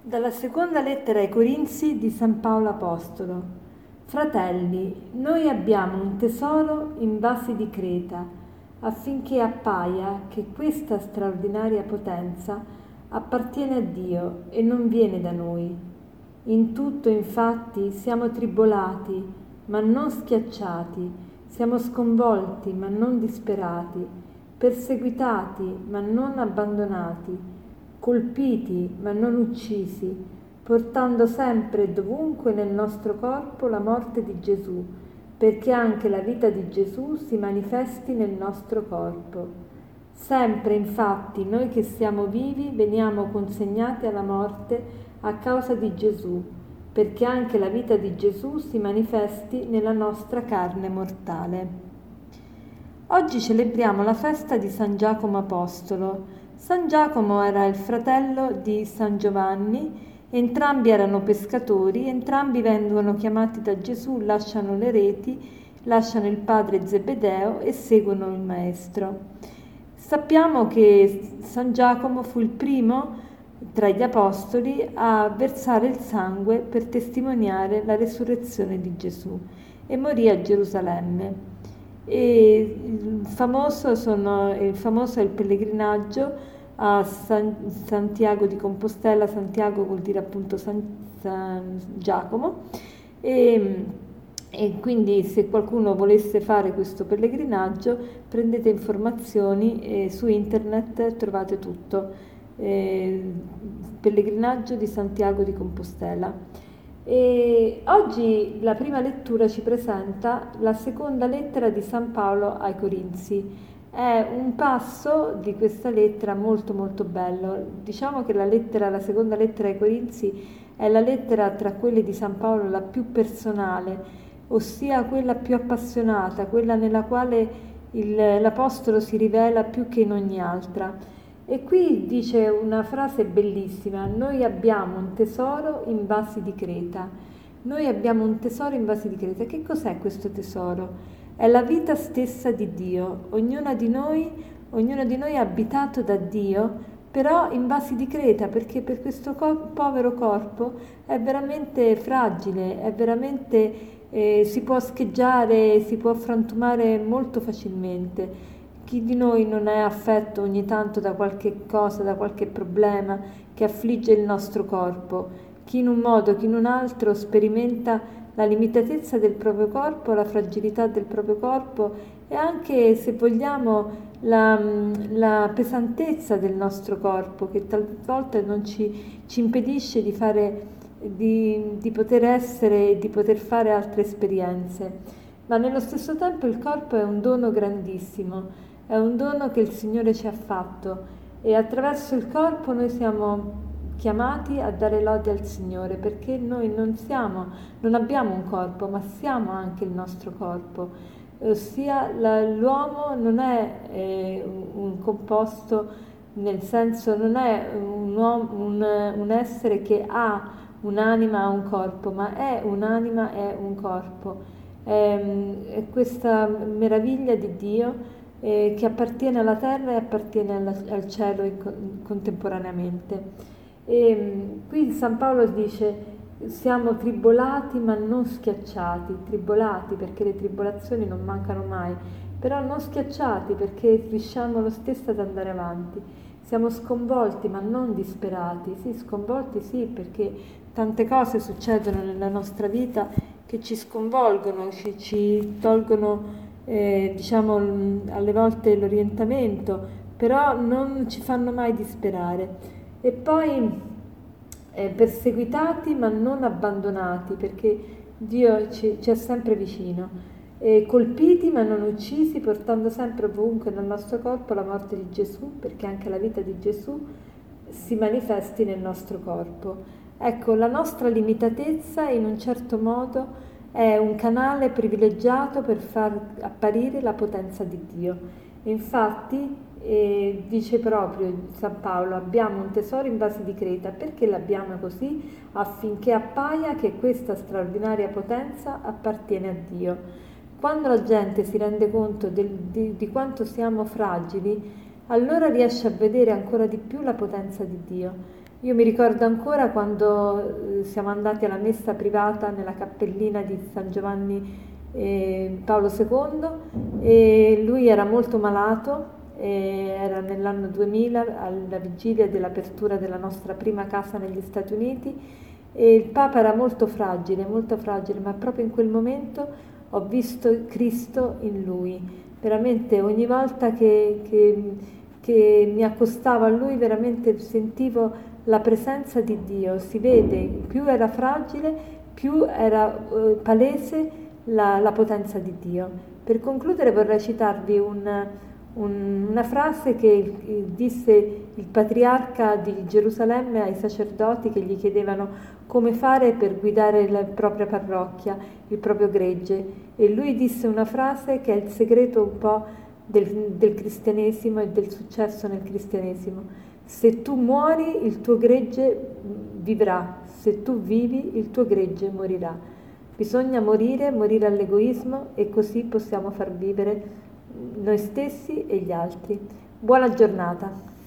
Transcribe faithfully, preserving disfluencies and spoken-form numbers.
Dalla seconda lettera ai Corinzi di San Paolo Apostolo. Fratelli, noi abbiamo un tesoro in vasi di Creta, affinché appaia che questa straordinaria potenza appartiene a Dio e non viene da noi. In tutto, infatti, siamo tribolati, ma non schiacciati, siamo sconvolti, ma non disperati, perseguitati, ma non abbandonati, colpiti ma non uccisi, portando sempre e dovunque nel nostro corpo la morte di Gesù, perché anche la vita di Gesù si manifesti nel nostro corpo. Sempre infatti noi che siamo vivi veniamo consegnati alla morte a causa di Gesù, perché anche la vita di Gesù si manifesti nella nostra carne mortale. Oggi celebriamo la festa di San Giacomo Apostolo. San Giacomo era il fratello di San Giovanni, entrambi erano pescatori, entrambi vengono chiamati da Gesù, lasciano le reti, lasciano il padre Zebedeo e seguono il maestro. Sappiamo che San Giacomo fu il primo tra gli apostoli a versare il sangue per testimoniare la resurrezione di Gesù e morì a Gerusalemme. E il famoso, sono, il famoso è il pellegrinaggio a San, Santiago di Compostela. Santiago vuol dire appunto San, San Giacomo e, e quindi se qualcuno volesse fare questo pellegrinaggio prendete informazioni e su internet trovate tutto, eh, pellegrinaggio di Santiago di Compostela. E oggi la prima lettura ci presenta la seconda lettera di San Paolo ai Corinzi. È un passo di questa lettera molto molto bello. Diciamo che la lettera, la seconda lettera ai Corinzi è la lettera tra quelle di San Paolo la più personale, ossia quella più appassionata, quella nella quale il, l'Apostolo si rivela più che in ogni altra. E qui dice una frase bellissima: noi abbiamo un tesoro in vasi di Creta. Noi abbiamo un tesoro in vasi di Creta. Che cos'è questo tesoro? È la vita stessa di Dio. Ognuna di noi, ognuno di noi è abitato da Dio, però in vasi di Creta, perché per questo cor- povero corpo è veramente fragile, è veramente, eh, si può scheggiare, si può frantumare molto facilmente. Chi di noi non è affetto ogni tanto da qualche cosa, da qualche problema che affligge il nostro corpo? Chi in un modo, chi in un altro sperimenta la limitatezza del proprio corpo, la fragilità del proprio corpo e anche, se vogliamo, la, la pesantezza del nostro corpo, che talvolta non ci, ci impedisce di fare, di, di poter essere e di poter fare altre esperienze. Ma nello stesso tempo il corpo è un dono grandissimo. È un dono che il Signore ci ha fatto e attraverso il corpo noi siamo chiamati a dare lode al Signore, perché noi non siamo, non abbiamo un corpo, ma siamo anche il nostro corpo. Ossia la, l'uomo non è eh, un, un composto, nel senso non è un, uomo, un, un essere che ha un'anima, ha un corpo, ma è un'anima, è un corpo. È, è questa meraviglia di Dio Eh, che appartiene alla terra e appartiene alla, al cielo in, in, contemporaneamente. E, qui San Paolo dice: siamo tribolati ma non schiacciati, tribolati perché le tribolazioni non mancano mai, però non schiacciati perché riusciamo lo stesso ad andare avanti. Siamo sconvolti ma non disperati. Sì, sconvolti sì, perché tante cose succedono nella nostra vita che ci sconvolgono, ci, ci tolgono Eh, diciamo alle volte l'orientamento, però non ci fanno mai disperare. E poi eh, perseguitati ma non abbandonati, perché Dio ci, ci è sempre vicino, e colpiti ma non uccisi, portando sempre ovunque nel nostro corpo la morte di Gesù, perché anche la vita di Gesù si manifesti nel nostro corpo. Ecco, la nostra limitatezza in un certo modo è un canale privilegiato per far apparire la potenza di Dio. Infatti, eh, dice proprio San Paolo, abbiamo un tesoro in vasi di Creta. Perché l'abbiamo così? Affinché appaia che questa straordinaria potenza appartiene a Dio. Quando la gente si rende conto del, di, di quanto siamo fragili, allora riesci a vedere ancora di più la potenza di Dio. Io mi ricordo ancora quando siamo andati alla messa privata nella cappellina di San Giovanni eh, Paolo secondo, e lui era molto malato, e era nell'anno duemila, alla vigilia dell'apertura della nostra prima casa negli Stati Uniti, e il Papa era molto fragile, molto fragile, ma proprio in quel momento ho visto Cristo in lui. Veramente ogni volta che, che, che mi accostavo a lui veramente sentivo la presenza di Dio. Si vede, più era fragile, più era eh, palese la, la potenza di Dio. Per concludere vorrei citarvi un, un, una frase che eh, disse il patriarca di Gerusalemme ai sacerdoti che gli chiedevano come fare per guidare la propria parrocchia, il proprio gregge, e lui disse una frase che è il segreto un po' del, del cristianesimo e del successo nel cristianesimo: se tu muori il tuo gregge vivrà, se tu vivi il tuo gregge morirà. Bisogna morire, morire all'egoismo, e così possiamo far vivere noi stessi e gli altri. Buona giornata.